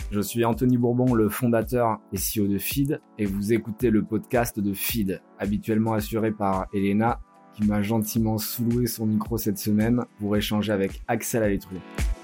Je suis Anthony Bourbon, le fondateur et CEO de Feed, et vous écoutez le podcast de Feed, habituellement assuré par Elena, qui m'a gentiment sous-loué son micro cette semaine pour échanger avec Axel Alétru.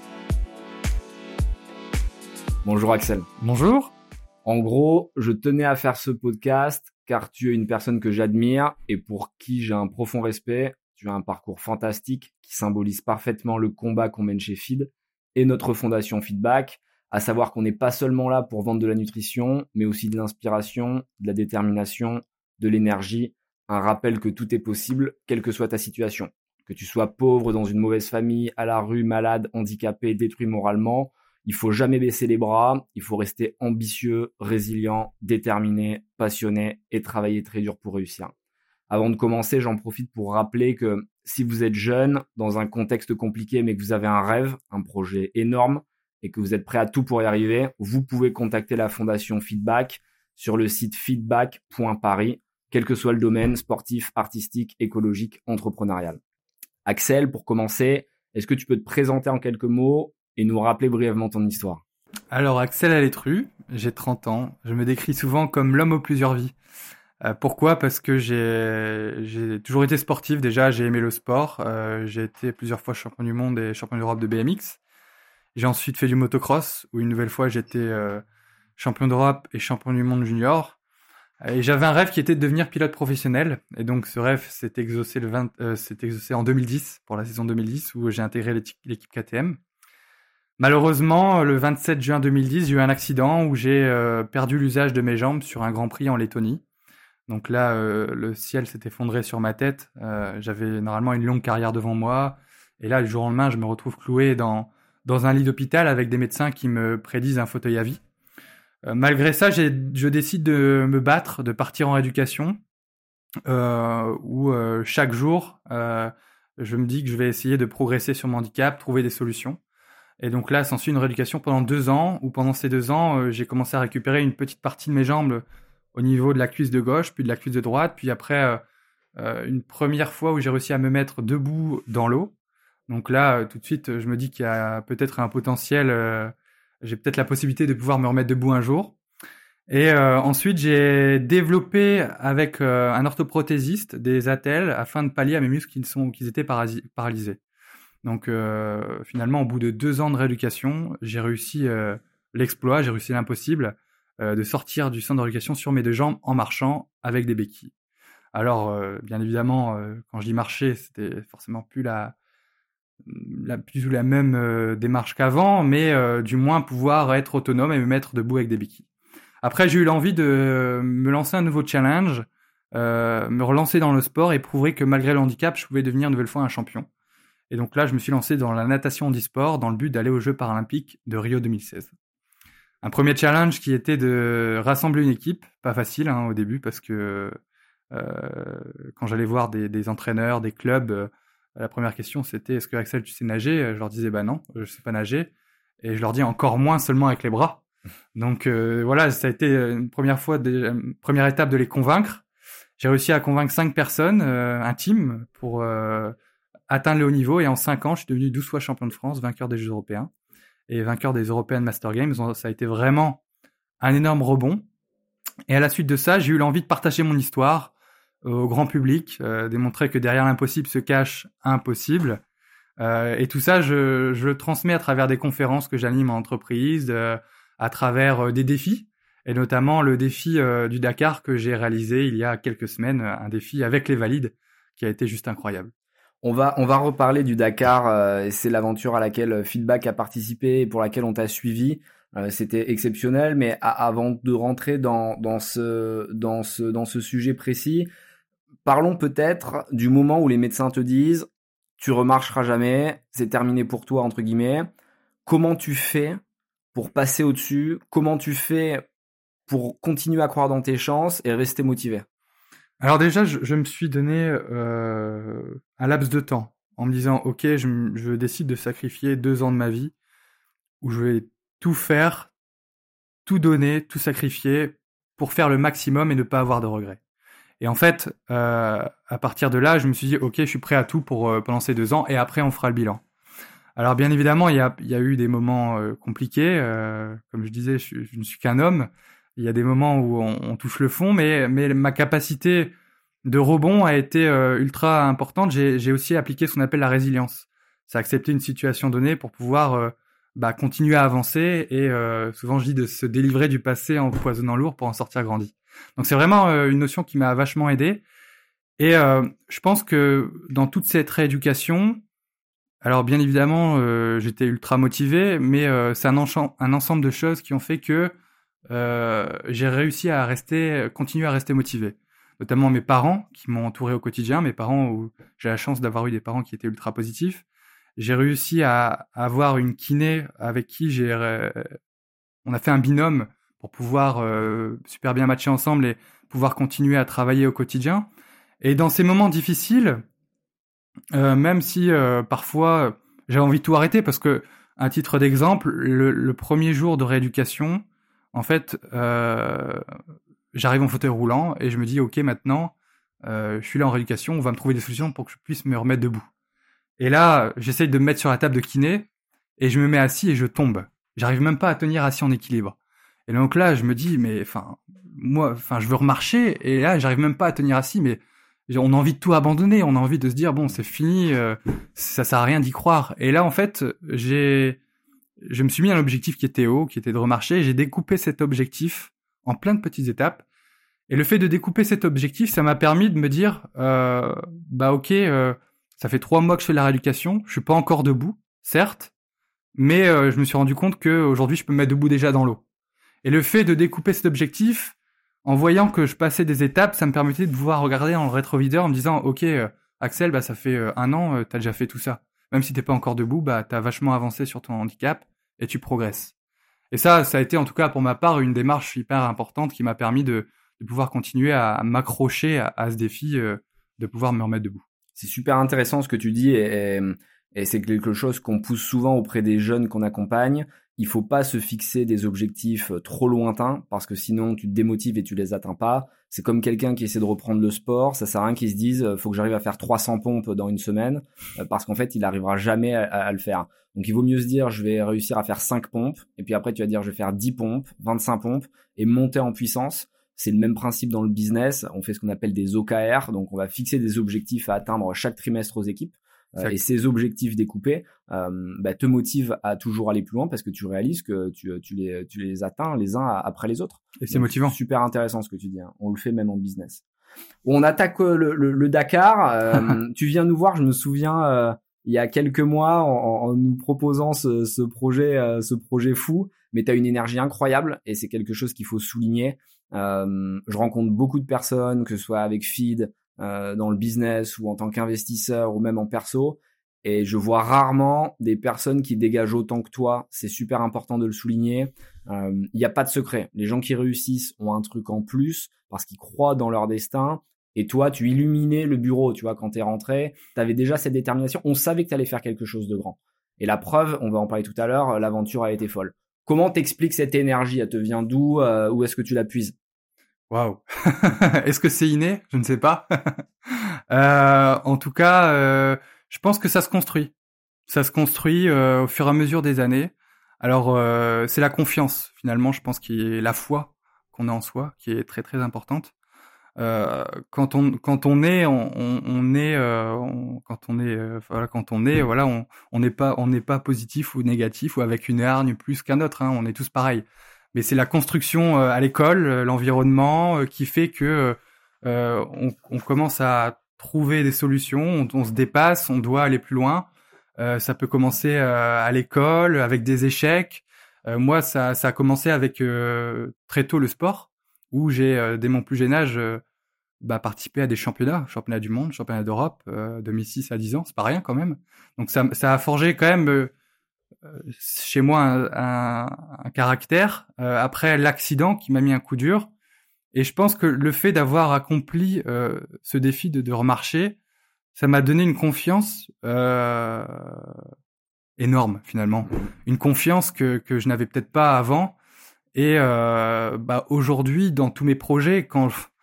Bonjour Axel. Bonjour. En gros, je tenais à faire ce podcast car tu es une personne que j'admire et pour qui j'ai un profond respect. Tu as un parcours fantastique qui symbolise parfaitement le combat qu'on mène chez Feed et notre fondation Feedback, à savoir qu'on n'est pas seulement là pour vendre de la nutrition, mais aussi de l'inspiration, de la détermination, de l'énergie, un rappel que tout est possible, quelle que soit ta situation. Que tu sois pauvre, dans une mauvaise famille, à la rue, malade, handicapé, détruit moralement, il faut jamais baisser les bras, il faut rester ambitieux, résilient, déterminé, passionné et travailler très dur pour réussir. Avant de commencer, j'en profite pour rappeler que si vous êtes jeune, dans un contexte compliqué, mais que vous avez un rêve, un projet énorme, et que vous êtes prêt à tout pour y arriver, vous pouvez contacter la fondation Feedback sur le site feedback.paris, quel que soit le domaine, sportif, artistique, écologique, entrepreneurial. Axel, pour commencer, est-ce que tu peux te présenter en quelques mots et nous rappeler brièvement ton histoire? Alors, Axel Alétru, j'ai 30 ans. Je me décris souvent comme l'homme aux plusieurs vies. Pourquoi ? Parce que j'ai toujours été sportif. Déjà, j'ai aimé le sport. J'ai été plusieurs fois champion du monde et champion d'Europe de BMX. J'ai ensuite fait du motocross, où une nouvelle fois, j'étais champion d'Europe et champion du monde junior. Et j'avais un rêve qui était de devenir pilote professionnel. Et donc, ce rêve s'est exaucé en 2010, pour la saison 2010, où j'ai intégré l'équipe KTM. Malheureusement, le 27 juin 2010, j'ai eu un accident où j'ai perdu l'usage de mes jambes sur un Grand Prix en Lettonie. Donc là, le ciel s'est effondré sur ma tête. J'avais normalement une longue carrière devant moi. Et là, du jour au lendemain, je me retrouve cloué dans un lit d'hôpital avec des médecins qui me prédisent un fauteuil à vie. Malgré ça, je décide de me battre, de partir en rééducation, où chaque jour, je me dis que je vais essayer de progresser sur mon handicap, trouver des solutions. Et donc là, s'ensuit une rééducation pendant 2 ans, où pendant ces 2 ans, j'ai commencé à récupérer une petite partie de mes jambes au niveau de la cuisse de gauche, puis de la cuisse de droite, puis après, une première fois où j'ai réussi à me mettre debout dans l'eau. Donc là, tout de suite, je me dis qu'il y a peut-être un potentiel, j'ai peut-être la possibilité de pouvoir me remettre debout un jour. Et ensuite, j'ai développé avec un orthoprothésiste des attelles afin de pallier à mes muscles qui étaient paralysés. Donc finalement, au bout de 2 ans de rééducation, j'ai réussi l'exploit, j'ai réussi l'impossible, de sortir du centre de rééducation sur mes 2 jambes en marchant avec des béquilles. Alors, bien évidemment, quand je dis marcher, c'était forcément plus plus la même démarche qu'avant, mais du moins pouvoir être autonome et me mettre debout avec des béquilles. Après, j'ai eu l'envie de me lancer un nouveau challenge, me relancer dans le sport et prouver que malgré le handicap, je pouvais devenir une nouvelle fois un champion. Et donc là, je me suis lancé dans la natation handisport dans le but d'aller aux Jeux paralympiques de Rio 2016. Un premier challenge qui était de rassembler une équipe, pas facile au début parce que quand j'allais voir des entraîneurs, des clubs, la première question c'était « Est-ce que Axel, tu sais nager ?» Je leur disais « Bah non, je sais pas nager. » Et je leur dis encore moins seulement avec les bras. Donc voilà, ça a été une première étape de les convaincre. J'ai réussi à convaincre 5 personnes, un team, pour atteindre le haut niveau. Et en 5 ans, je suis devenu 12 fois champion de France, vainqueur des Jeux européens et vainqueur des European Master Games. Ça a été vraiment un énorme rebond. Et à la suite de ça, j'ai eu l'envie de partager mon histoire au grand public, démontrer que derrière l'impossible se cache un possible. Et tout ça, je le transmets à travers des conférences que j'anime en entreprise, à travers des défis, et notamment le défi du Dakar que j'ai réalisé il y a quelques semaines, un défi avec les valides qui a été juste incroyable. On va reparler du Dakar, c'est l'aventure à laquelle Feedback a participé et pour laquelle on t'a suivi. C'était exceptionnel, mais avant de rentrer dans ce sujet précis, parlons peut-être du moment où les médecins te disent « tu remarcheras jamais, c'est terminé pour toi » entre guillemets. Comment tu fais pour passer au-dessus? Comment tu fais pour continuer à croire dans tes chances et rester motivé? Alors déjà, je me suis donné un laps de temps en me disant « Ok, je décide de sacrifier 2 ans de ma vie où je vais tout faire, tout donner, tout sacrifier pour faire le maximum et ne pas avoir de regrets. » Et en fait, à partir de là, je me suis dit « Ok, je suis prêt à tout pendant ces 2 ans et après on fera le bilan. » Alors bien évidemment, il y a eu des moments compliqués. Comme je disais, je ne suis qu'un homme. Il y a des moments où on touche le fond, mais ma capacité de rebond a été ultra importante. J'ai aussi appliqué ce qu'on appelle la résilience. C'est accepter une situation donnée pour pouvoir continuer à avancer. Et souvent, je dis de se délivrer du passé en poisonnant lourd pour en sortir grandi. Donc c'est vraiment une notion qui m'a vachement aidé. Et je pense que dans toute cette rééducation, alors bien évidemment, j'étais ultra motivé, mais c'est un ensemble de choses qui ont fait que j'ai réussi à continuer à rester motivé. Notamment mes parents qui m'ont entouré au quotidien, mes parents où j'ai la chance d'avoir eu des parents qui étaient ultra positifs. J'ai réussi à avoir une kiné avec qui on a fait un binôme pour pouvoir super bien matcher ensemble et pouvoir continuer à travailler au quotidien. Et dans ces moments difficiles, même si parfois j'avais envie de tout arrêter, parce que, à titre d'exemple, le premier jour de rééducation, en fait, j'arrive en fauteuil roulant et je me dis, ok, maintenant, je suis là en rééducation, on va me trouver des solutions pour que je puisse me remettre debout. Et là, j'essaye de me mettre sur la table de kiné et je me mets assis et je tombe. J'arrive même pas à tenir assis en équilibre. Et donc là, je me dis, mais je veux remarcher et là, j'arrive même pas à tenir assis, mais on a envie de tout abandonner, on a envie de se dire bon, c'est fini, ça sert à rien d'y croire. Et là, en fait, je me suis mis un objectif qui était haut, qui était de remarcher. Et j'ai découpé cet objectif en plein de petites étapes. Et le fait de découper cet objectif, ça m'a permis de me dire, ok, ça fait 3 mois que je fais de la rééducation, je suis pas encore debout, certes, mais je me suis rendu compte que aujourd'hui, je peux me mettre debout déjà dans l'eau. Et le fait de découper cet objectif, en voyant que je passais des étapes, ça me permettait de pouvoir regarder dans le rétroviseur en me disant, ok, Axel, ça fait 1 an, t'as déjà fait tout ça. Même si t'es pas encore debout, t'as vachement avancé sur ton handicap et tu progresses. Et ça a été en tout cas pour ma part une démarche hyper importante qui m'a permis de pouvoir continuer à m'accrocher à ce défi, de pouvoir me remettre debout. C'est super intéressant ce que tu dis et c'est quelque chose qu'on pousse souvent auprès des jeunes qu'on accompagne. Il faut pas se fixer des objectifs trop lointains parce que sinon tu te démotives et tu les atteins pas. C'est comme quelqu'un qui essaie de reprendre le sport, ça sert à rien qu'il se dise faut que j'arrive à faire 300 pompes dans une semaine parce qu'en fait il arrivera jamais à le faire. Donc il vaut mieux se dire je vais réussir à faire 5 pompes et puis après tu vas dire je vais faire 10 pompes, 25 pompes et monter en puissance. C'est le même principe dans le business, on fait ce qu'on appelle des OKR, donc on va fixer des objectifs à atteindre chaque trimestre aux équipes. Et ces objectifs découpés te motivent à toujours aller plus loin parce que tu réalises que tu les atteins les uns après les autres. Et c'est motivant. Super intéressant ce que tu dis. Hein. On le fait même en business. On attaque le Dakar. Tu viens nous voir, je me souviens, il y a quelques mois en nous proposant ce projet fou. Mais tu as une énergie incroyable et c'est quelque chose qu'il faut souligner. Je rencontre beaucoup de personnes, que ce soit avec Feed, dans le business ou en tant qu'investisseur ou même en perso, et je vois rarement des personnes qui dégagent autant que toi. C'est super important de le souligner. Il n'y a pas de secret. Les gens qui réussissent ont un truc en plus parce qu'ils croient dans leur destin. Et toi, tu illuminais le bureau, tu vois, quand t'es rentré, t'avais déjà cette détermination. On savait que t'allais faire quelque chose de grand. Et la preuve, on va en parler tout à l'heure, l'aventure a été folle. Comment t'expliques cette énergie? Elle te vient d'où? Où est-ce que tu la puises? Waouh. Est-ce que c'est inné? Je ne sais pas. En tout cas, je pense que ça se construit. Ça se construit au fur et à mesure des années. Alors, c'est la confiance, finalement, je pense, qui est la foi qu'on a en soi, qui est très très importante. Quand on n'est pas positif ou négatif ou avec une hargne plus qu'un autre, hein, on est tous pareils. Mais c'est la construction à l'école, l'environnement qui fait que on commence à trouver des solutions, on se dépasse, on doit aller plus loin. Ça peut commencer à l'école avec des échecs. Moi, ça a commencé avec très tôt le sport, où j'ai dès mon plus jeune âge participé à des championnats du monde, championnats d'Europe, 2006 à 10 ans, c'est pas rien quand même. Donc ça a forgé quand même chez moi un caractère. Après l'accident qui m'a mis un coup dur, et je pense que le fait d'avoir accompli ce défi de remarcher, ça m'a donné une confiance énorme finalement, une confiance que je n'avais peut-être pas avant. Et aujourd'hui, dans tous mes projets, quand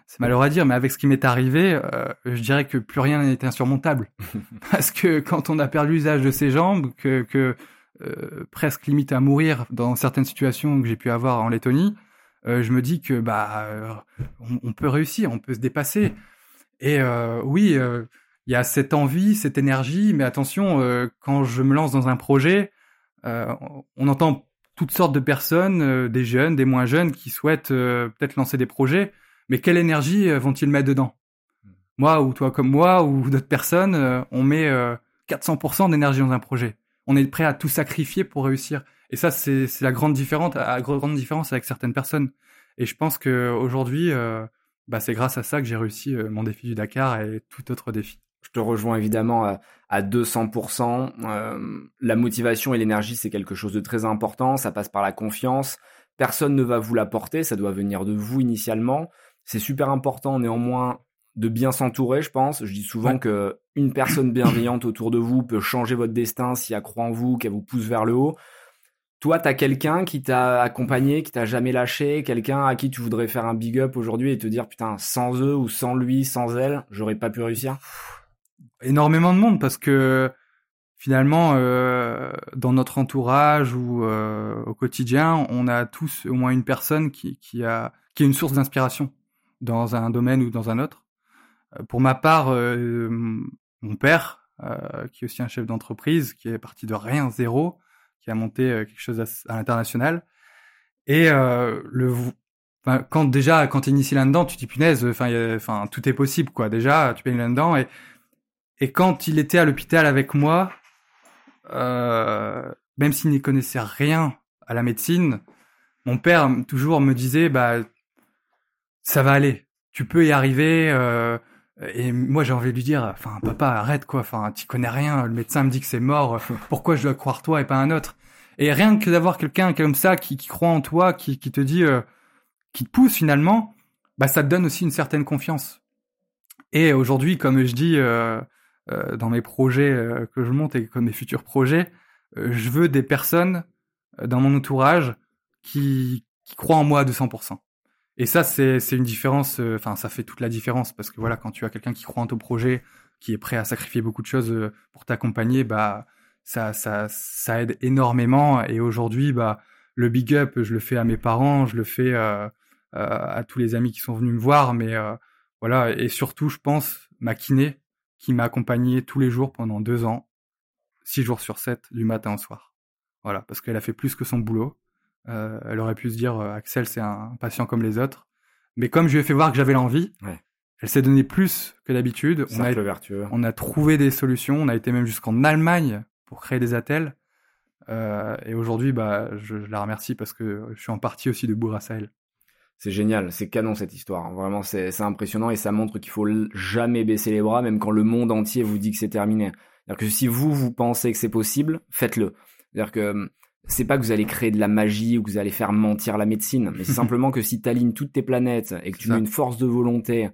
c'est malheureux à dire, mais avec ce qui m'est arrivé, je dirais que plus rien n'est insurmontable. Parce que quand on a perdu l'usage de ses jambes, que presque limite à mourir dans certaines situations que j'ai pu avoir en Lettonie, je me dis que on peut réussir, on peut se dépasser. Et oui, il y a cette envie, cette énergie, mais attention, quand je me lance dans un projet, on entend toutes sortes de personnes, des jeunes, des moins jeunes, qui souhaitent peut-être lancer des projets, mais quelle énergie vont-ils mettre dedans ? Moi, ou toi comme moi, ou d'autres personnes, on met 400% d'énergie dans un projet. On est prêt à tout sacrifier pour réussir. Et ça, c'est la grande différence avec certaines personnes. Et je pense qu'aujourd'hui, c'est grâce à ça que j'ai réussi mon défi du Dakar et tout autre défi. Je te rejoins évidemment à 200%. La motivation et l'énergie, c'est quelque chose de très important. Ça passe par la confiance. Personne ne va vous l'apporter. Ça doit venir de vous initialement. C'est super important néanmoins de bien s'entourer, je pense. Je dis souvent que une personne bienveillante autour de vous peut changer votre destin si elle croit en vous, qu'elle vous pousse vers le haut. Toi, t'as quelqu'un qui t'a accompagné, qui t'a jamais lâché, quelqu'un à qui tu voudrais faire un big up aujourd'hui et te dire putain, sans eux ou sans lui, sans elle, j'aurais pas pu réussir? Énormément de monde, parce que finalement, dans notre entourage ou au quotidien, on a tous au moins une personne qui est une source d'inspiration dans un domaine ou dans un autre. Pour ma part, mon père, qui est aussi un chef d'entreprise, qui est parti de rien, zéro, qui a monté quelque chose à l'international. Et quand t'es initié là-dedans, tu te dis punaise, tout est possible, quoi. Déjà, tu baignes là-dedans. Et quand il était à l'hôpital avec moi, même s'il n'y connaissait rien à la médecine, mon père toujours me disait, ça va aller, tu peux y arriver. Et moi, j'ai envie de lui dire, papa, arrête, quoi. Tu connais rien. Le médecin me dit que c'est mort. Pourquoi je dois croire toi et pas un autre? Et rien que d'avoir quelqu'un comme ça qui croit en toi, qui te dit, qui te pousse finalement, ça te donne aussi une certaine confiance. Et aujourd'hui, comme je dis dans mes projets que je monte et comme mes futurs projets, je veux des personnes dans mon entourage qui croient en moi à 200%. Et ça, c'est une différence. Ça fait toute la différence, parce que voilà, quand tu as quelqu'un qui croit en ton projet, qui est prêt à sacrifier beaucoup de choses pour t'accompagner, ça aide énormément. Et aujourd'hui, le big up, je le fais à mes parents, je le fais à tous les amis qui sont venus me voir, mais voilà. Et surtout, je pense, ma kiné, qui m'a accompagné tous les jours pendant 2 ans, 6 jours sur 7, du matin au soir. Voilà, parce qu'elle a fait plus que son boulot. Elle aurait pu se dire Axel, c'est un patient comme les autres, mais comme je lui ai fait voir que j'avais l'envie, elle s'est donnée plus que d'habitude. Cercle vertueux. On a trouvé des solutions, on a été même jusqu'en Allemagne pour créer des attelles, et aujourd'hui je la remercie parce que je suis en partie aussi de grâce à elle. C'est génial, c'est canon cette histoire. Vraiment, c'est impressionnant et ça montre qu'il faut jamais baisser les bras, même quand le monde entier vous dit que c'est terminé. C'est-à-dire que si vous pensez que c'est possible, faites-le. C'est-à-dire que c'est pas que vous allez créer de la magie ou que vous allez faire mentir la médecine, mais c'est simplement que si tu alignes toutes tes planètes et que tu mets une force de volonté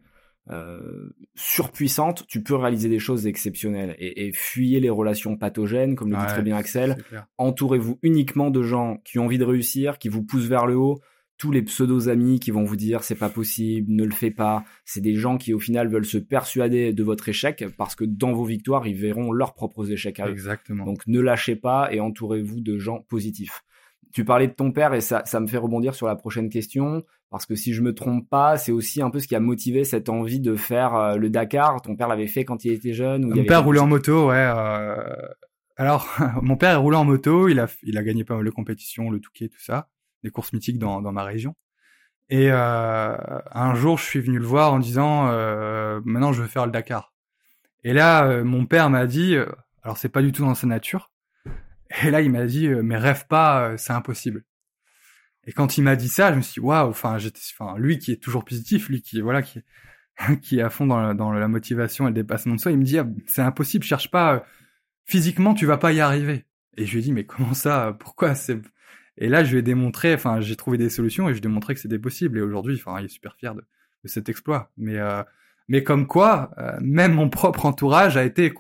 surpuissante, tu peux réaliser des choses exceptionnelles. Et fuyez les relations pathogènes, comme le dit très bien Axel. Entourez-vous uniquement de gens qui ont envie de réussir, qui vous poussent vers le haut. Tous les pseudo-amis qui vont vous dire c'est pas possible, ne le fais pas, c'est des gens qui au final veulent se persuader de votre échec, parce que dans vos victoires, ils verront leurs propres échecs à eux. Exactement. Donc ne lâchez pas et entourez-vous de gens positifs. Tu parlais de ton père et ça me fait rebondir sur la prochaine question, parce que si je me trompe pas, c'est aussi un peu ce qui a motivé cette envie de faire le Dakar. Ton père l'avait fait quand il était jeune? Mon père roulait en moto, ouais. Alors, mon père roulait en moto, il a gagné pas mal de compétitions, le Touquet, tout ça, des courses mythiques dans ma région. Et un jour, je suis venu le voir en disant maintenant je veux faire le Dakar. Et là, mon père m'a dit, alors c'est pas du tout dans sa nature, et là il m'a dit mais rêve pas, c'est impossible. Et quand il m'a dit ça, je me suis dit waouh, lui qui est toujours positif, lui qui qui est à fond dans la motivation et le dépassement de soi, il me dit c'est impossible, cherche pas, physiquement tu vas pas y arriver. Et je lui ai dit mais comment ça, pourquoi c'est... Et là, je lui ai démontré, j'ai trouvé des solutions et je lui ai démontré que c'était possible. Et aujourd'hui, il est super fier de cet exploit. Mais comme quoi, même mon propre entourage a été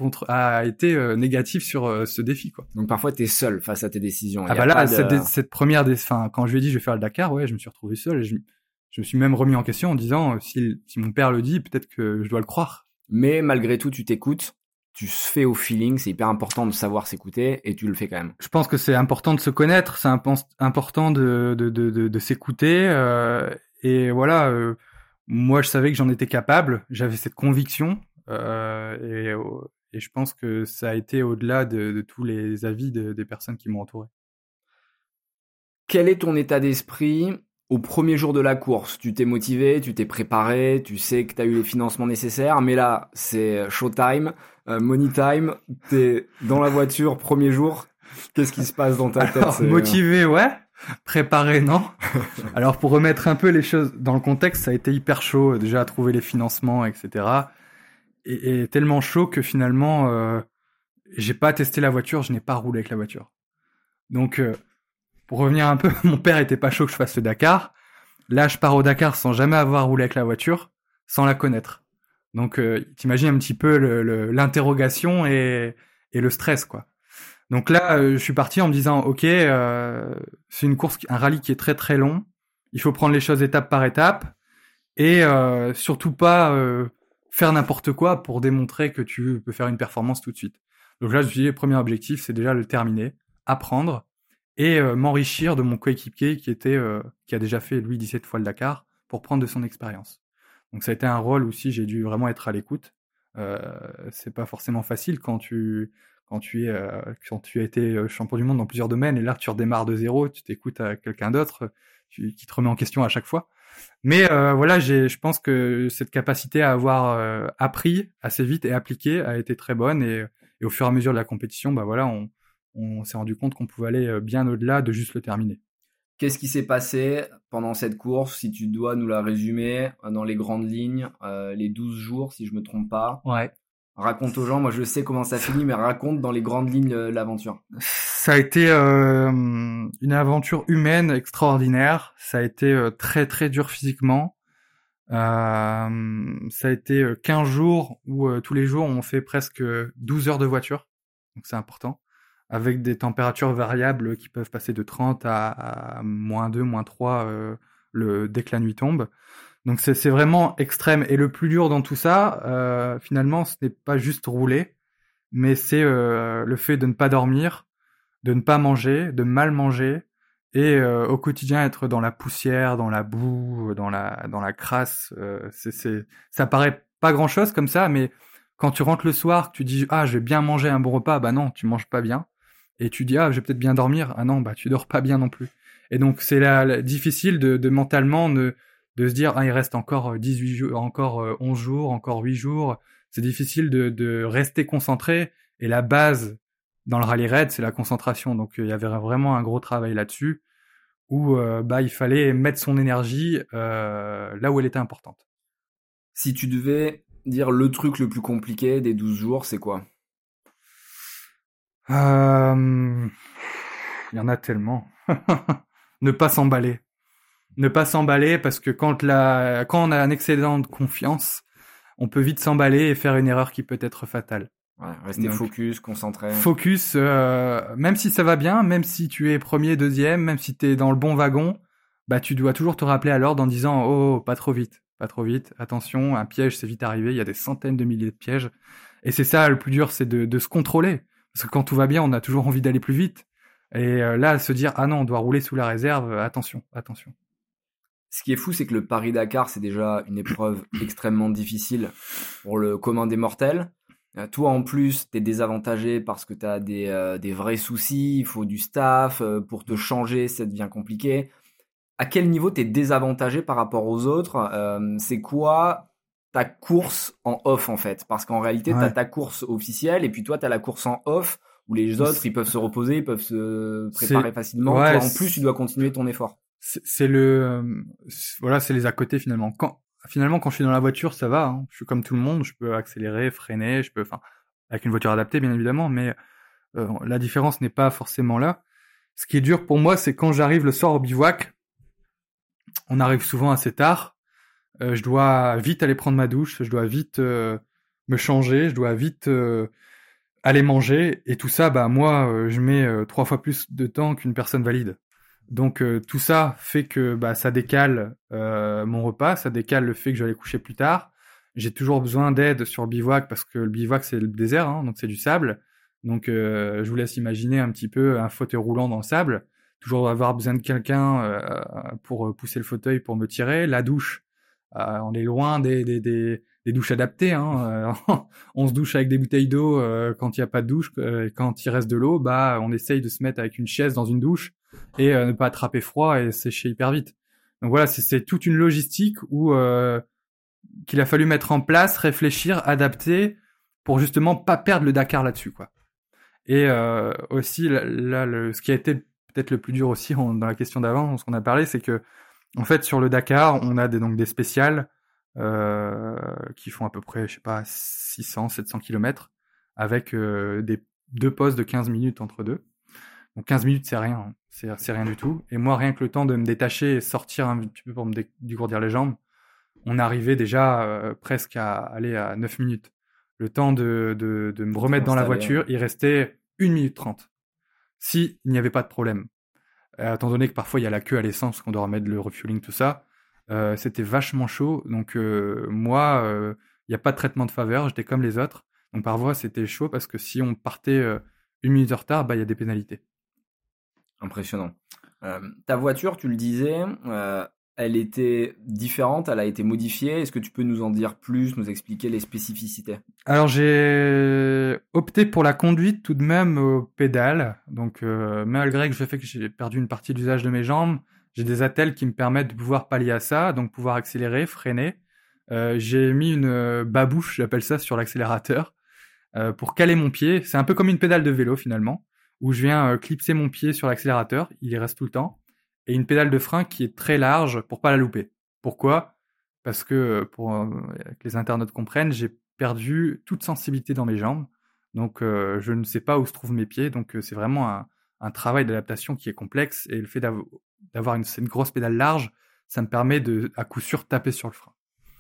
négatif sur ce défi, quoi. Donc parfois, t'es seul face à tes décisions. Cette première, quand je lui ai dit je vais faire le Dakar, ouais, je me suis retrouvé seul. Et Je me suis même remis en question en disant, si mon père le dit, peut-être que je dois le croire. Mais malgré tout, tu t'écoutes, tu fais au feeling, c'est hyper important de savoir s'écouter et tu le fais quand même. Je pense que c'est important de se connaître, c'est important de s'écouter. Et voilà, moi je savais que j'en étais capable, j'avais cette conviction. Et je pense que ça a été au-delà de tous les avis des personnes qui m'ont entouré. Quel est ton état d'esprit au premier jour de la course? Tu t'es motivé, tu t'es préparé, tu sais que tu as eu les financements nécessaires, mais là, c'est showtime, money time, t'es dans la voiture, premier jour. Qu'est-ce qui se passe dans ta tête? Alors, motivé, ouais. Préparé, non. Alors, pour remettre un peu les choses dans le contexte, ça a été hyper chaud, déjà à trouver les financements, etc. Et tellement chaud que finalement, j'ai pas testé la voiture, je n'ai pas roulé avec la voiture. Donc, pour revenir un peu, mon père était pas chaud que je fasse le Dakar. Là, je pars au Dakar sans jamais avoir roulé avec la voiture, sans la connaître. Donc, t'imagines un petit peu l'interrogation et le stress, quoi. Donc là, je suis parti en me disant, ok, c'est une course, un rallye qui est très très long. Il faut prendre les choses étape par étape et surtout pas faire n'importe quoi pour démontrer que tu peux faire une performance tout de suite. Donc là, je me suis dit, le premier objectif, c'est déjà le terminer, apprendre et m'enrichir de mon coéquipier qui a déjà fait lui 17 fois le Dakar pour prendre de son expérience. Donc ça a été un rôle aussi, j'ai dû vraiment être à l'écoute. C'est pas forcément facile quand tu as été champion du monde dans plusieurs domaines et là tu redémarres de zéro, tu t'écoutes à quelqu'un d'autre qui te remet en question à chaque fois. Mais voilà, je pense que cette capacité à avoir appris assez vite et appliqué a été très bonne et au fur et à mesure de la compétition, bah voilà, on s'est rendu compte qu'on pouvait aller bien au-delà de juste le terminer. Qu'est-ce qui s'est passé pendant cette course, si tu dois nous la résumer dans les grandes lignes, les 12 jours, si je me trompe pas? Ouais. Raconte aux gens, moi je sais comment ça finit, mais raconte dans les grandes lignes l'aventure. Ça a été une aventure humaine extraordinaire, ça a été très très dur physiquement. Ça a été 15 jours où tous les jours on fait presque 12 heures de voiture, donc c'est important, avec des températures variables qui peuvent passer de 30 à -2, -3 dès que la nuit tombe. Donc c'est vraiment extrême. Et le plus dur dans tout ça, finalement, ce n'est pas juste rouler, mais c'est le fait de ne pas dormir, de ne pas manger, de mal manger, et au quotidien être dans la poussière, dans la boue, dans la crasse. Ça paraît pas grand-chose comme ça, mais quand tu rentres le soir, que tu dis je vais bien manger un bon repas, bah non, tu manges pas bien. Et tu dis je vais peut-être bien dormir, ah non, bah tu dors pas bien non plus. Et donc c'est difficile de mentalement de se dire il reste encore 18 jours, encore 11 jours, encore 8 jours. C'est difficile de rester concentré, et la base dans le rallye raid, c'est la concentration. Donc il y avait vraiment un gros travail là-dessus où il fallait mettre son énergie là où elle était importante. Si tu devais dire le truc le plus compliqué des 12 jours, c'est quoi? Il y en a tellement. Ne pas s'emballer. Ne pas s'emballer parce que quand on a un excédent de confiance, on peut vite s'emballer et faire une erreur qui peut être fatale. Ouais, rester focus, concentré. Focus, même si ça va bien, même si tu es premier, deuxième, même si tu es dans le bon wagon, tu dois toujours te rappeler à l'ordre en disant « Oh, pas trop vite, attention, un piège, c'est vite arrivé, il y a des centaines de milliers de pièges. » Et c'est ça, le plus dur, c'est de se contrôler. Parce que quand tout va bien, on a toujours envie d'aller plus vite. Et là, se dire « Ah non, on doit rouler sous la réserve, attention. » Ce qui est fou, c'est que le Paris-Dakar, c'est déjà une épreuve extrêmement difficile pour le commun des mortels. Toi, en plus, t'es désavantagé parce que t'as des vrais soucis, il faut du staff, pour te changer, ça devient compliqué. À quel niveau t'es désavantagé par rapport aux autres? C'est quoi ta course en off, en fait? Parce qu'en réalité, t'as ta course officielle et puis toi, t'as la course en off où les autres, ils peuvent se reposer, ils peuvent se préparer facilement. Toi, en plus, tu dois continuer ton effort. C'est les à côté finalement. Quand je suis dans la voiture, ça va. Hein. Je suis comme tout le monde, je peux accélérer, freiner, avec une voiture adaptée bien évidemment, mais la différence n'est pas forcément là. Ce qui est dur pour moi, c'est quand j'arrive le soir au bivouac. On arrive souvent assez tard. Je dois vite aller prendre ma douche, je dois vite me changer, je dois vite aller manger, et tout ça, moi, je mets 3 fois plus de temps qu'une personne valide. Donc tout ça fait que ça décale mon repas, ça décale le fait que je vais aller coucher plus tard. J'ai toujours besoin d'aide sur le bivouac parce que le bivouac c'est le désert, hein, donc c'est du sable. Donc je vous laisse imaginer un petit peu un fauteuil roulant dans le sable. Toujours avoir besoin de quelqu'un pour pousser le fauteuil pour me tirer. La douche, on est loin des douches adaptées. Hein. On se douche avec des bouteilles d'eau quand il n'y a pas de douche. Quand il reste de l'eau, on essaye de se mettre avec une chaise dans une douche et ne pas attraper froid et sécher hyper vite. Donc voilà, c'est toute une logistique où qu'il a fallu mettre en place, réfléchir, adapter pour justement pas perdre le Dakar là-dessus, quoi. Et aussi ce qui a été peut-être le plus dur aussi dans la question d'avant, ce qu'on a parlé, c'est que en fait sur le Dakar, on a des spéciales qui font à peu près, je sais pas, 600-700 km avec des 2 pauses de 15 minutes entre deux. Donc 15 minutes, c'est rien, hein. C'est rien du tout. Et moi, rien que le temps de me détacher et sortir un petit peu pour me dégourdir les jambes, on arrivait déjà presque à aller à 9 minutes. Le temps de me remettre dans la voiture, il restait 1 minute 30. S'il n'y avait pas de problème. Étant donné que parfois il y a la queue à l'essence, qu'on doit remettre le refueling, tout ça, c'était vachement chaud. Donc moi, il n'y a pas de traitement de faveur, j'étais comme les autres. Donc parfois c'était chaud parce que si on partait 1 minute de retard, il y a des pénalités. Impressionnant. Ta voiture, tu le disais, elle était différente, elle a été modifiée. Est-ce que tu peux nous en dire plus, nous expliquer les spécificités ? Alors j'ai opté pour la conduite tout de même aux pédales. Donc malgré que je fais que j'ai perdu une partie de l'usage de mes jambes, j'ai des attelles qui me permettent de pouvoir pallier à ça, donc pouvoir accélérer, freiner. J'ai mis une babouche, j'appelle ça, sur l'accélérateur pour caler mon pied. C'est un peu comme une pédale de vélo finalement, où je viens clipser mon pied sur l'accélérateur, il y reste tout le temps, et une pédale de frein qui est très large pour pas la louper. Pourquoi ? Parce que, pour que les internautes comprennent, j'ai perdu toute sensibilité dans mes jambes, donc je ne sais pas où se trouvent mes pieds, donc c'est vraiment un travail d'adaptation qui est complexe, et le fait d'avoir une grosse pédale large, ça me permet de, à coup sûr, taper sur le frein.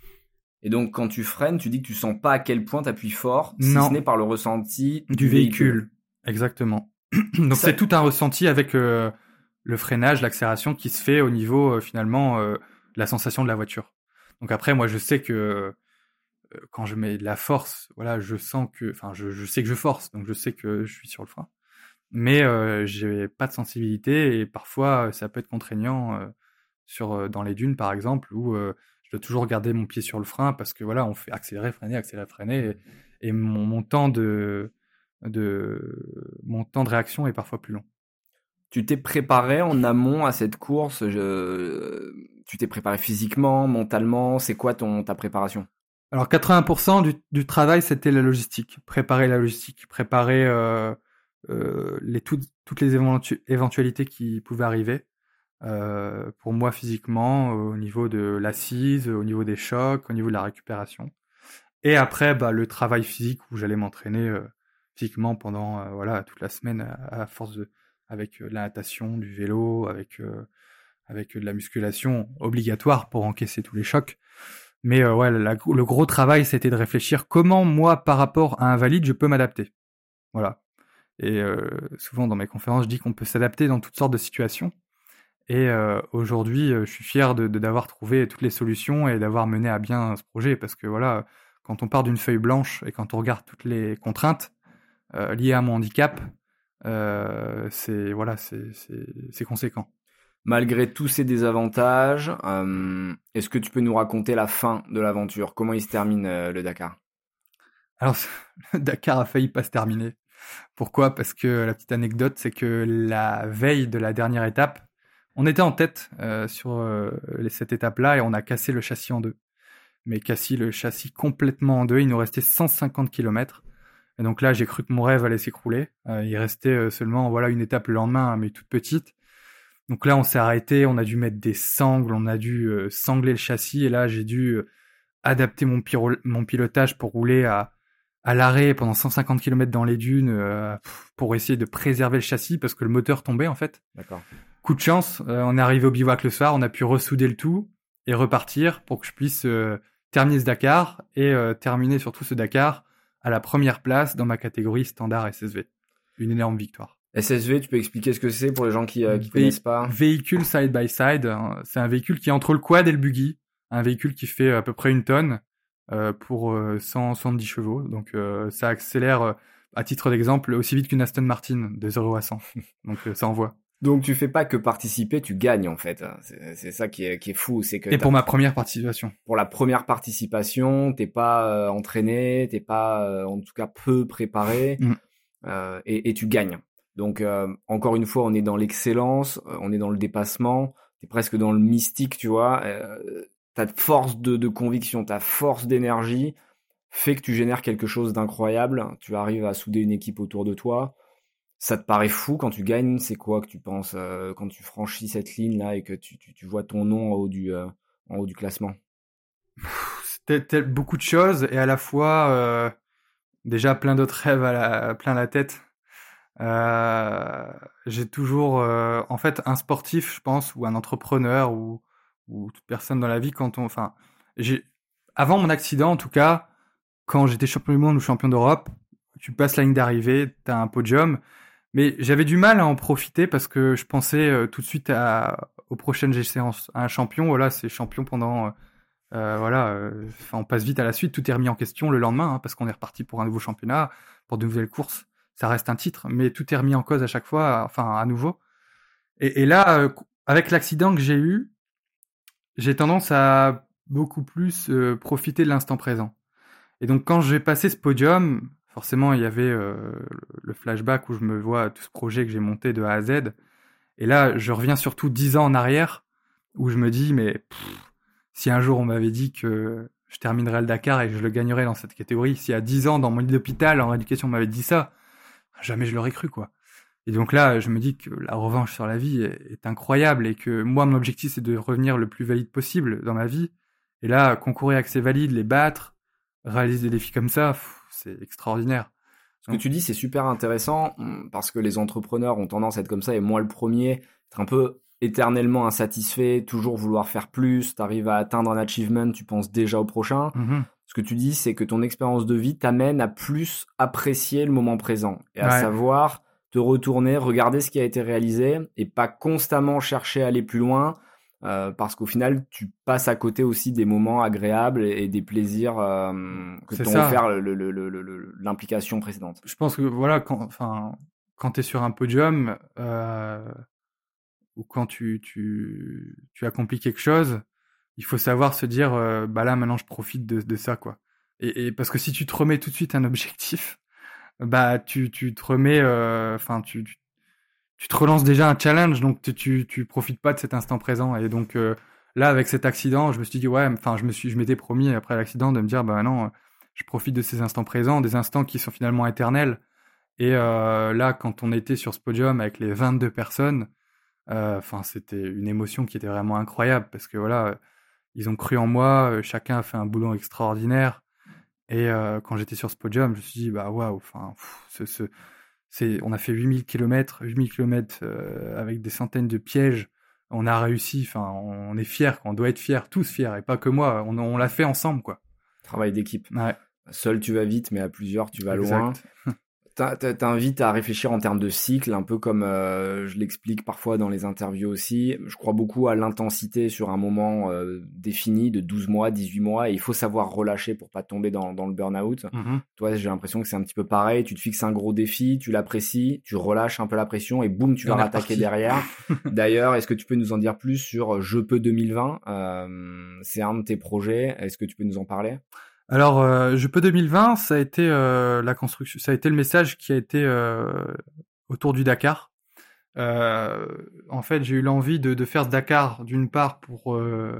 Et donc, quand tu freines, tu dis que tu sens pas à quel point t'appuies fort, Non. si ce n'est par le ressenti du véhicule. Exactement. Donc c'est tout un ressenti avec le freinage, l'accélération qui se fait au niveau finalement de la sensation de la voiture. Donc après, moi je sais que quand je mets de la force, voilà, je sens que, enfin je sais que je force, donc je sais que je suis sur le frein. Mais j'ai pas de sensibilité et parfois ça peut être contraignant dans les dunes par exemple où je dois toujours garder mon pied sur le frein parce que voilà, on fait accélérer, freiner et mon temps de réaction est parfois plus long. Tu t'es préparé en amont à cette course, tu t'es préparé physiquement, mentalement, c'est quoi ta préparation ? Alors 80% du travail c'était la logistique, préparer toutes les éventualités qui pouvaient arriver. Pour moi physiquement, au niveau de l'assise, au niveau des chocs, au niveau de la récupération. Et après, le travail physique où j'allais m'entraîner physiquement pendant toute la semaine à force avec la natation, du vélo, avec de la musculation obligatoire pour encaisser tous les chocs. Mais le gros travail, c'était de réfléchir comment moi, par rapport à un valide, je peux m'adapter. Voilà. Et souvent dans mes conférences, je dis qu'on peut s'adapter dans toutes sortes de situations. Et aujourd'hui, je suis fier d'avoir trouvé toutes les solutions et d'avoir mené à bien ce projet parce que voilà, quand on part d'une feuille blanche et quand on regarde toutes les contraintes liées à mon handicap, c'est conséquent. Malgré tous ces désavantages, est-ce que tu peux nous raconter la fin de l'aventure ? Comment il se termine le Dakar ? Alors, le Dakar a failli pas se terminer. Pourquoi ? Parce que la petite anecdote, c'est que la veille de la dernière étape, on était en tête sur cette étape-là et on a cassé le châssis en deux. Mais cassé le châssis complètement en deux, il nous restait 150 km. Et donc là, j'ai cru que mon rêve allait s'écrouler. Il restait seulement une étape le lendemain, mais toute petite. Donc là, on s'est arrêté, on a dû mettre des sangles, on a dû sangler le châssis. Et là, j'ai dû adapter mon pilotage pour rouler à l'arrêt pendant 150 km dans les dunes pour essayer de préserver le châssis parce que le moteur tombait en fait. D'accord. Coup de chance, on est arrivé au bivouac le soir, on a pu ressouder le tout et repartir pour que je puisse terminer ce Dakar et terminer surtout ce Dakar à la première place dans ma catégorie standard SSV. Une énorme victoire. SSV, tu peux expliquer ce que c'est pour les gens qui connaissent pas? Véhicule side by side, hein. C'est un véhicule qui est entre le quad et le buggy. Un véhicule qui fait à peu près 1 tonne pour 110 chevaux. Donc ça accélère, à titre d'exemple, aussi vite qu'une Aston Martin de 0 à 100. Donc ça envoie. Donc tu fais pas que participer, tu gagnes en fait. C'est ça qui est fou, c'est que Et pour ma première participation. pour la première participation, t'es pas entraîné, t'es pas en tout cas peu préparé, et tu gagnes. Donc encore une fois, on est dans l'excellence, on est dans le dépassement, t'es presque dans le mystique, tu vois. Ta force de conviction, ta force d'énergie fait que tu génères quelque chose d'incroyable. Tu arrives à souder une équipe autour de toi. Ça te paraît fou quand tu gagnes? C'est quoi que tu penses quand tu franchis cette ligne là et que tu vois ton nom en haut du classement? C'était beaucoup de choses et à la fois déjà plein d'autres rêves plein la tête. J'ai toujours, en fait, un sportif, je pense, ou un entrepreneur, ou toute personne dans la vie, avant mon accident, en tout cas, quand j'étais champion du monde ou champion d'Europe, tu passes la ligne d'arrivée, t'as un podium, mais j'avais du mal à en profiter parce que je pensais tout de suite aux prochaines échéances. Un champion, voilà, c'est champion pendant, on passe vite à la suite, tout est remis en question le lendemain, hein, parce qu'on est reparti pour un nouveau championnat, pour de nouvelles courses. Ça reste un titre, mais tout est remis en cause à chaque fois, à nouveau. Et là, avec l'accident que j'ai eu, j'ai tendance à beaucoup plus profiter de l'instant présent. Et donc, quand j'ai passé ce podium, forcément, il y avait le flashback où je me vois tout ce projet que j'ai monté de A à Z. Et là, je reviens surtout 10 ans en arrière, où je me dis, mais si un jour on m'avait dit que je terminerais le Dakar et que je le gagnerais dans cette catégorie, si à 10 ans, dans mon lit d'hôpital, en rééducation, on m'avait dit ça, jamais je l'aurais cru, quoi. Et donc là, je me dis que la revanche sur la vie est incroyable et que moi, mon objectif, c'est de revenir le plus valide possible dans ma vie. Et là, concourir avec ces valides, les battre, réaliser des défis comme ça, c'est extraordinaire. Ce que tu dis, c'est super intéressant parce que les entrepreneurs ont tendance à être comme ça, et moi le premier, être un peu éternellement insatisfait, toujours vouloir faire plus, t'arrives à atteindre un achievement, tu penses déjà au prochain. Mm-hmm. Ce que tu dis, c'est que ton expérience de vie t'amène à plus apprécier le moment présent et à savoir te retourner, regarder ce qui a été réalisé et pas constamment chercher à aller plus loin. Parce qu'au final, tu passes à côté aussi des moments agréables et des plaisirs que t'ont offert l'implication précédente. Je pense que voilà, quand t'es sur un podium ou quand tu accomplis quelque chose, il faut savoir se dire, bah là maintenant je profite de ça, quoi. Et parce que si tu te remets tout de suite un objectif, bah tu te remets, tu te relances déjà un challenge, donc tu profites pas de cet instant présent. Et donc là, avec cet accident, je me suis dit je m'étais promis après l'accident de me dire, bah non, je profite de ces instants présents, des instants qui sont finalement éternels. Et là, quand on était sur ce podium avec les 22 personnes, c'était une émotion qui était vraiment incroyable parce que voilà, ils ont cru en moi, chacun a fait un boulot extraordinaire. Et quand j'étais sur ce podium, je me suis dit, bah waouh, on a fait 8000 km avec des centaines de pièges. On a réussi, on est fiers, on doit être fiers, tous fiers, et pas que moi, on l'a fait ensemble, quoi. Travail d'équipe. Ouais. Seul tu vas vite, mais à plusieurs tu vas Exact. loin. T'invites à réfléchir en termes de cycle, un peu comme je l'explique parfois dans les interviews aussi. Je crois beaucoup à l'intensité sur un moment défini de 12 mois, 18 mois, et il faut savoir relâcher pour pas tomber dans le burn-out. Mm-hmm. Toi, j'ai l'impression que c'est un petit peu pareil. Tu te fixes un gros défi, tu l'apprécies, tu relâches un peu la pression et boum, tu vas rattaquer derrière. D'ailleurs, est-ce que tu peux nous en dire plus sur Je peux 2020 c'est un de tes projets. Est-ce que tu peux nous en parler ? Alors, Je peux 2020, ça a été la construction, ça a été le message qui a été autour du Dakar. En fait, j'ai eu l'envie de faire ce Dakar d'une part pour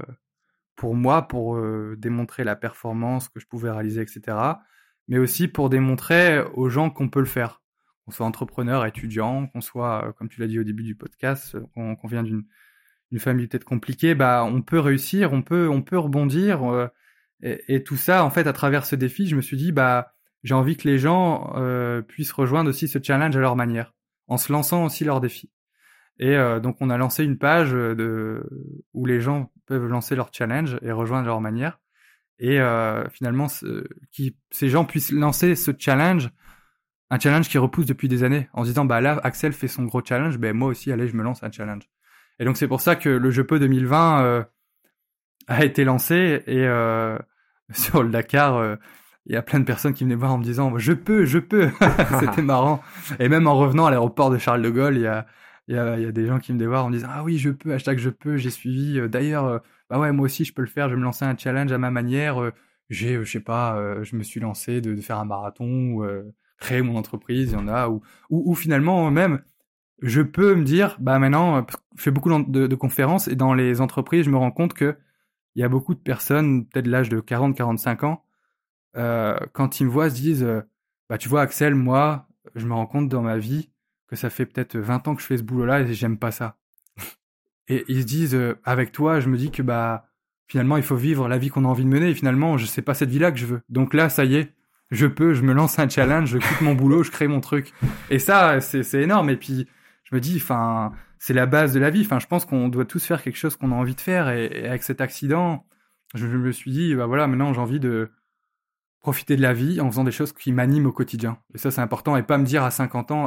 moi, pour démontrer la performance que je pouvais réaliser, etc. Mais aussi pour démontrer aux gens qu'on peut le faire. Qu'on soit entrepreneur, étudiant, qu'on soit, comme tu l'as dit au début du podcast, qu'on vient d'une famille peut-être compliquée, bah on peut réussir, on peut rebondir. Et tout ça, en fait, à travers ce défi, je me suis dit, bah, j'ai envie que les gens puissent rejoindre aussi ce challenge à leur manière, en se lançant aussi leurs défis. Et donc, on a lancé une page où les gens peuvent lancer leur challenge et rejoindre leur manière. Et finalement, ces gens puissent lancer ce challenge un challenge qui repousse depuis des années, en se disant bah là Axel fait son gros challenge, ben moi aussi allez je me lance un challenge. Et donc c'est pour ça que le Je peux 2020 a été lancé et sur le Dakar il y a plein de personnes qui venaient voir en me disant je peux c'était marrant. Et même en revenant à l'aéroport de Charles de Gaulle, il y a des gens qui me voir en me disant ah oui je peux, hashtag je peux, j'ai suivi d'ailleurs bah ouais moi aussi je peux le faire, je vais me lancer un challenge à ma manière, je sais pas, je me suis lancé de faire un marathon ou créer mon entreprise, il y en a ou finalement même je peux me dire bah maintenant je fais beaucoup de conférences et dans les entreprises je me rends compte que il y a beaucoup de personnes peut-être de l'âge de 40-45 ans quand ils me voient se disent bah tu vois Axel, moi je me rends compte dans ma vie que ça fait peut-être 20 ans que je fais ce boulot-là et j'aime pas ça. Et ils se disent avec toi, je me dis que bah finalement il faut vivre la vie qu'on a envie de mener et finalement je sais pas cette vie-là que je veux. Donc là ça y est, je me lance un challenge, je quitte mon boulot, je crée mon truc. Et ça c'est énorme et puis je me dis enfin c'est la base de la vie. Enfin je pense qu'on doit tous faire quelque chose qu'on a envie de faire et avec cet accident, je me suis dit bah voilà, maintenant j'ai envie de profiter de la vie en faisant des choses qui m'animent au quotidien. Et ça, c'est important. Et pas me dire à 50 ans,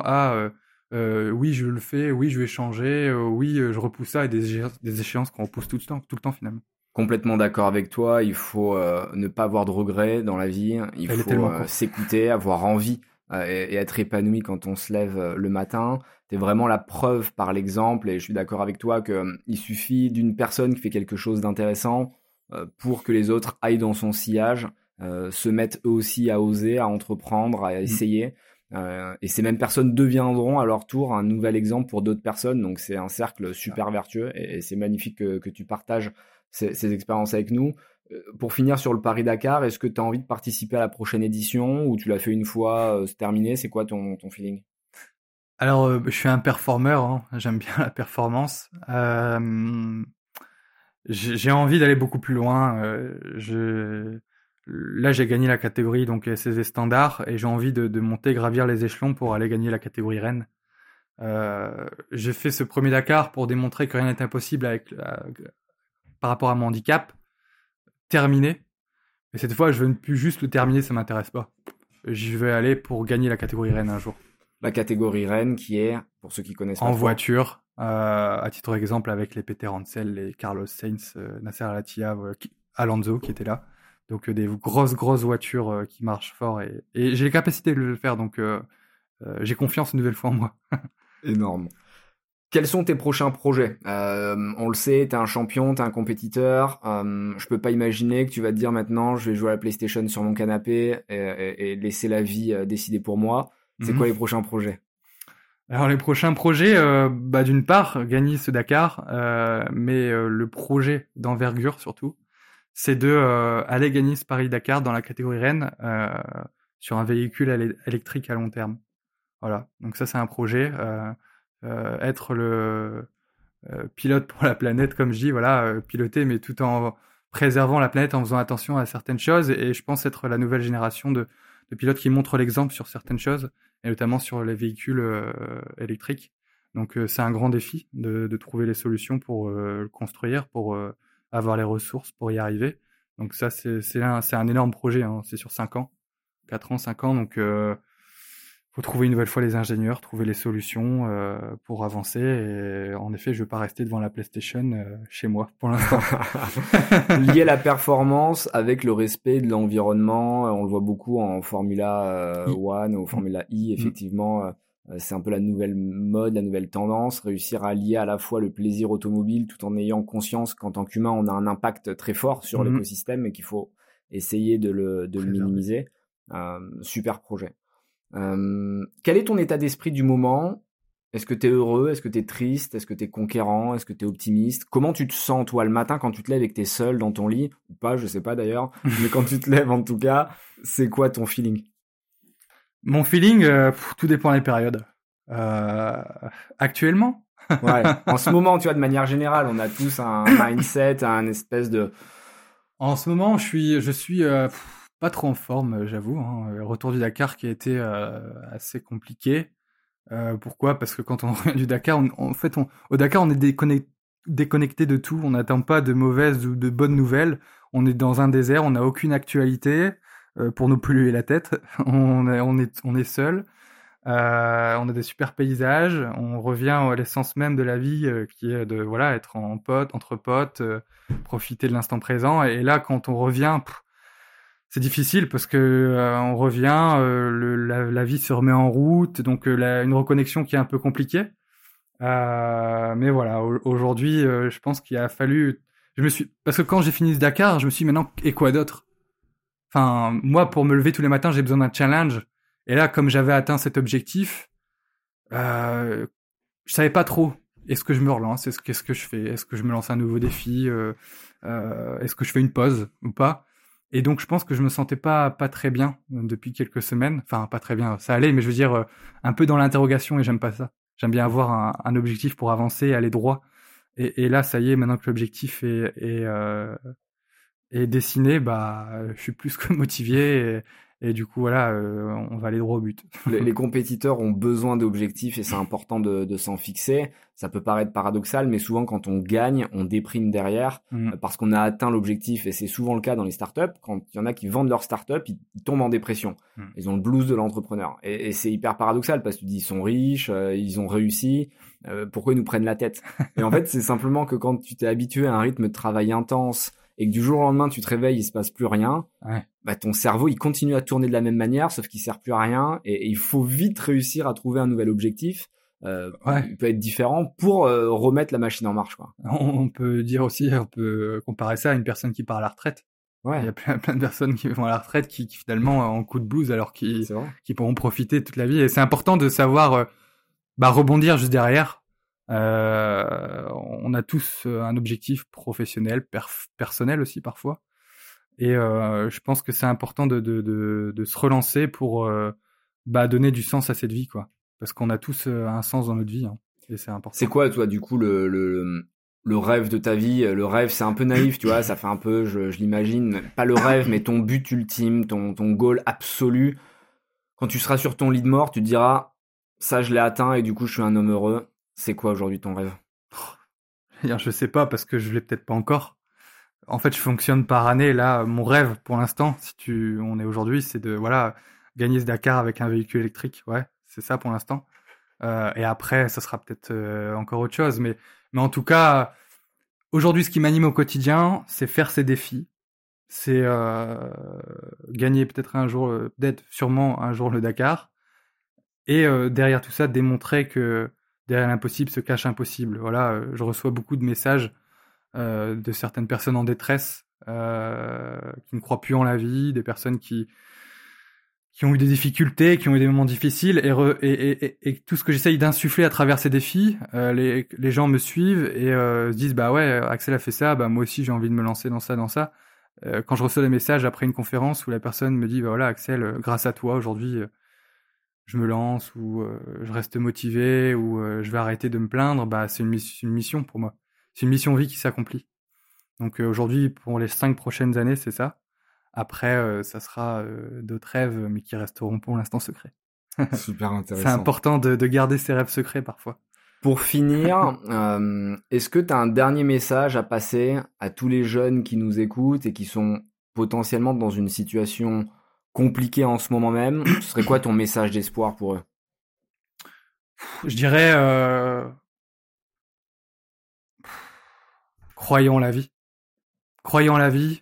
oui, je le fais, oui, je vais changer, oui, je repousse ça, et des échéances qu'on repousse tout le temps finalement. Complètement d'accord avec toi. Il faut ne pas avoir de regrets dans la vie. Il faut s'écouter, avoir envie et être épanoui quand on se lève le matin. T'es vraiment la preuve par l'exemple. Et je suis d'accord avec toi qu'il suffit d'une personne qui fait quelque chose d'intéressant pour que les autres aillent dans son sillage. Se mettent eux aussi à oser, à entreprendre, à essayer. Et ces mêmes personnes deviendront à leur tour un nouvel exemple pour d'autres personnes. Donc c'est un cercle super vertueux et c'est magnifique que tu partages ces expériences avec nous. Pour finir sur le Paris-Dakar, est-ce que tu as envie de participer à la prochaine édition ou tu l'as fait une fois, c'est terminé? C'est quoi ton feeling? Alors, je suis un performeur, hein. J'aime bien la performance. J'ai envie d'aller beaucoup plus loin. Là, j'ai gagné la catégorie donc SSV standard et j'ai envie de monter, gravir les échelons pour aller gagner la catégorie reine. J'ai fait ce premier Dakar pour démontrer que rien n'est impossible par rapport à mon handicap. Terminé. Et cette fois, je veux ne plus juste le terminer, ça m'intéresse pas. J'y vais aller pour gagner la catégorie reine un jour. La catégorie reine qui est, pour ceux qui connaissent pas en voiture, à titre d'exemple avec les Peter Hansel, les Carlos Sainz, Nasser Al-Attiyah, Alonso qui étaient là. Donc des grosses voitures qui marchent fort et j'ai les capacités de le faire, donc j'ai confiance une nouvelle fois en moi. Énorme. Quels sont tes prochains projets? On le sait, t'es un champion, t'es un compétiteur. Je peux pas imaginer que tu vas te dire maintenant je vais jouer à la PlayStation sur mon canapé et laisser la vie décider pour moi. C'est quoi les prochains projets? Alors les prochains projets, d'une part gagner ce Dakar, mais le projet d'envergure surtout, c'est de aller gagner ce Paris-Dakar dans la catégorie reine sur un véhicule électrique à long terme. Voilà, donc ça c'est un projet. Être le pilote pour la planète, comme je dis, voilà, piloter, mais tout en préservant la planète, en faisant attention à certaines choses. Et je pense être la nouvelle génération de pilotes qui montrent l'exemple sur certaines choses, et notamment sur les véhicules électriques. Donc c'est un grand défi de trouver les solutions pour le construire, pour avoir les ressources pour y arriver. Donc ça, c'est un énorme projet, hein. C'est sur 5 ans, 4 ans, 5 ans. Donc faut trouver une nouvelle fois les ingénieurs, trouver les solutions pour avancer. Et en effet, je ne veux pas rester devant la PlayStation chez moi pour l'instant. Lier la performance avec le respect de l'environnement, on le voit beaucoup en Formula One ou Formula E, effectivement. C'est un peu la nouvelle mode, la nouvelle tendance, réussir à lier à la fois le plaisir automobile tout en ayant conscience qu'en tant qu'humain, on a un impact très fort sur l'écosystème et qu'il faut essayer de le minimiser. Super projet. Quel est ton état d'esprit du moment? Est-ce que t'es heureux? Est-ce que t'es triste? Est-ce que t'es conquérant? Est-ce que t'es optimiste? Comment tu te sens toi le matin quand tu te lèves et que t'es seul dans ton lit? Ou pas, je sais pas d'ailleurs. Mais quand tu te lèves en tout cas, c'est quoi ton feeling? Mon feeling, tout dépend des périodes. Actuellement? Ouais, en ce moment, tu vois, de manière générale, on a tous un mindset, un espèce de... En ce moment, je suis pas trop en forme, j'avoue, hein. Retour du Dakar qui a été assez compliqué. Pourquoi? Parce que quand on revient du Dakar, au Dakar, on est déconnecté de tout. On n'attend pas de mauvaises ou de bonnes nouvelles. On est dans un désert, on n'a aucune actualité pour nous polluer la tête. On est seul. On a des super paysages. On revient à l'essence même de la vie, qui est de être entre potes, profiter de l'instant présent. Et là, quand on revient, c'est difficile parce que on revient, la vie se remet en route, donc une reconnexion qui est un peu compliquée. Mais voilà, aujourd'hui, je pense qu'il a fallu. Parce que quand j'ai fini ce Dakar, je me suis dit, maintenant, et quoi d'autre? Enfin, moi, pour me lever tous les matins, j'ai besoin d'un challenge. Et là, comme j'avais atteint cet objectif, je savais pas trop. Est-ce que je me relance? Qu'est-ce que je fais? Est-ce que je me lance un nouveau défi? Est-ce que je fais une pause ou pas? Et donc, je pense que je me sentais pas très bien depuis quelques semaines. Enfin, pas très bien, ça allait, mais je veux dire, un peu dans l'interrogation, et j'aime pas ça. J'aime bien avoir un objectif pour avancer, aller droit. Et là, ça y est, maintenant que l'objectif est dessiné, je suis plus que motivé. Et du coup, voilà, on va aller droit au but. Les compétiteurs ont besoin d'objectifs et c'est important de s'en fixer. Ça peut paraître paradoxal, mais souvent quand on gagne, on déprime derrière parce qu'on a atteint l'objectif et c'est souvent le cas dans les startups. Quand il y en a qui vendent leur startup, ils tombent en dépression. Ils ont le blues de l'entrepreneur et c'est hyper paradoxal parce que tu dis ils sont riches, ils ont réussi, pourquoi ils nous prennent la tête? Et en fait, c'est simplement que quand tu t'es habitué à un rythme de travail intense et que du jour au lendemain tu te réveilles, il se passe plus rien. Ouais. Ton cerveau, il continue à tourner de la même manière, sauf qu'il sert plus à rien, et il faut vite réussir à trouver un nouvel objectif. Il peut être différent pour remettre la machine en marche, quoi. On peut dire aussi, on peut comparer ça à une personne qui part à la retraite. Ouais. Il y a plein de personnes qui vont à la retraite qui finalement ont un coup de blues alors qui pourront profiter toute la vie. Et c'est important de savoir rebondir juste derrière. On a tous un objectif professionnel, personnel aussi parfois. Et je pense que c'est important de se relancer pour donner du sens à cette vie, quoi. Parce qu'on a tous un sens dans notre vie, hein, et c'est important. C'est quoi, toi, du coup, le rêve de ta vie? Le rêve, c'est un peu naïf, tu vois, ça fait un peu, je l'imagine, pas le rêve, mais ton but ultime, ton goal absolu. Quand tu seras sur ton lit de mort, tu te diras, ça, je l'ai atteint et du coup, je suis un homme heureux. C'est quoi aujourd'hui ton rêve? Je sais pas, parce que je l'ai peut-être pas encore. En fait, je fonctionne par année. Là, mon rêve, pour l'instant, on est aujourd'hui, c'est de, gagner ce Dakar avec un véhicule électrique. Ouais, c'est ça pour l'instant. Et après, ça sera peut-être encore autre chose. Mais en tout cas, aujourd'hui, ce qui m'anime au quotidien, c'est faire ces défis. C'est gagner peut-être un jour, sûrement un jour le Dakar. Et derrière tout ça, démontrer que derrière l'impossible se cache impossible. Voilà, je reçois beaucoup de messages de certaines personnes en détresse qui ne croient plus en la vie, des personnes qui ont eu des difficultés, qui ont eu des moments difficiles, et tout ce que j'essaye d'insuffler à travers ces défis, les gens me suivent et se disent Axel a fait ça, moi aussi j'ai envie de me lancer dans ça. Quand je reçois des messages après une conférence où la personne me dit Axel, grâce à toi aujourd'hui je me lance, ou je reste motivé, ou je vais arrêter de me plaindre, c'est une mission pour moi. C'est une mission vie qui s'accomplit. Donc aujourd'hui, pour les 5 prochaines années, c'est ça. Après, ça sera d'autres rêves, mais qui resteront pour l'instant secrets. Super intéressant. C'est important de garder ses rêves secrets parfois. Pour finir, est-ce que tu as un dernier message à passer à tous les jeunes qui nous écoutent et qui sont potentiellement dans une situation compliquée en ce moment même? Ce serait quoi ton message d'espoir pour eux? Je dirais croyons en la vie. Croyons en la vie.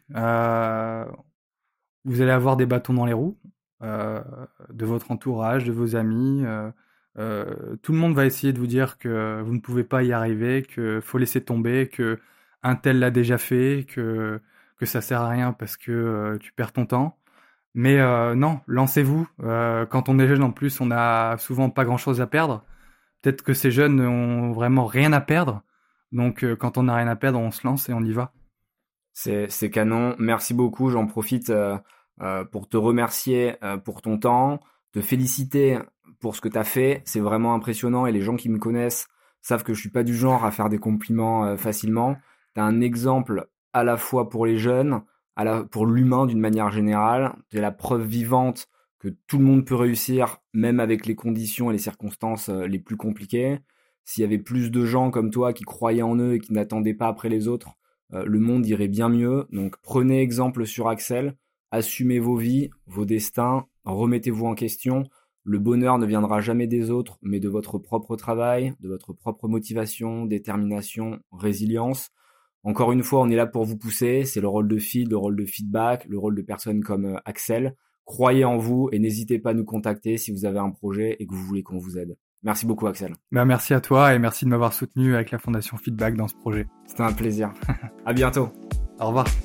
Vous allez avoir des bâtons dans les roues de votre entourage, de vos amis. Tout le monde va essayer de vous dire que vous ne pouvez pas y arriver, que faut laisser tomber, que un tel l'a déjà fait, que ça sert à rien parce que tu perds ton temps. Mais non, lancez-vous. Quand on est jeune, en plus, on a souvent pas grand-chose à perdre. Peut-être que ces jeunes n'ont vraiment rien à perdre. Donc, quand on n'a rien à perdre, on se lance et on y va. C'est canon. Merci beaucoup. J'en profite pour te remercier pour ton temps, te féliciter pour ce que tu as fait. C'est vraiment impressionnant et les gens qui me connaissent savent que je suis pas du genre à faire des compliments facilement. Tu as un exemple à la fois pour les jeunes, pour l'humain d'une manière générale. Tu es la preuve vivante que tout le monde peut réussir, même avec les conditions et les circonstances les plus compliquées. S'il y avait plus de gens comme toi qui croyaient en eux et qui n'attendaient pas après les autres, le monde irait bien mieux. Donc prenez exemple sur Axel, assumez vos vies, vos destins, remettez-vous en question. Le bonheur ne viendra jamais des autres, mais de votre propre travail, de votre propre motivation, détermination, résilience. Encore une fois, on est là pour vous pousser. C'est le rôle de feed, le rôle de feedback, le rôle de personnes comme Axel. Croyez en vous et n'hésitez pas à nous contacter si vous avez un projet et que vous voulez qu'on vous aide. Merci beaucoup, Axel. Merci à toi et merci de m'avoir soutenu avec la Fondation Feedback dans ce projet. C'était un plaisir. À bientôt. Au revoir.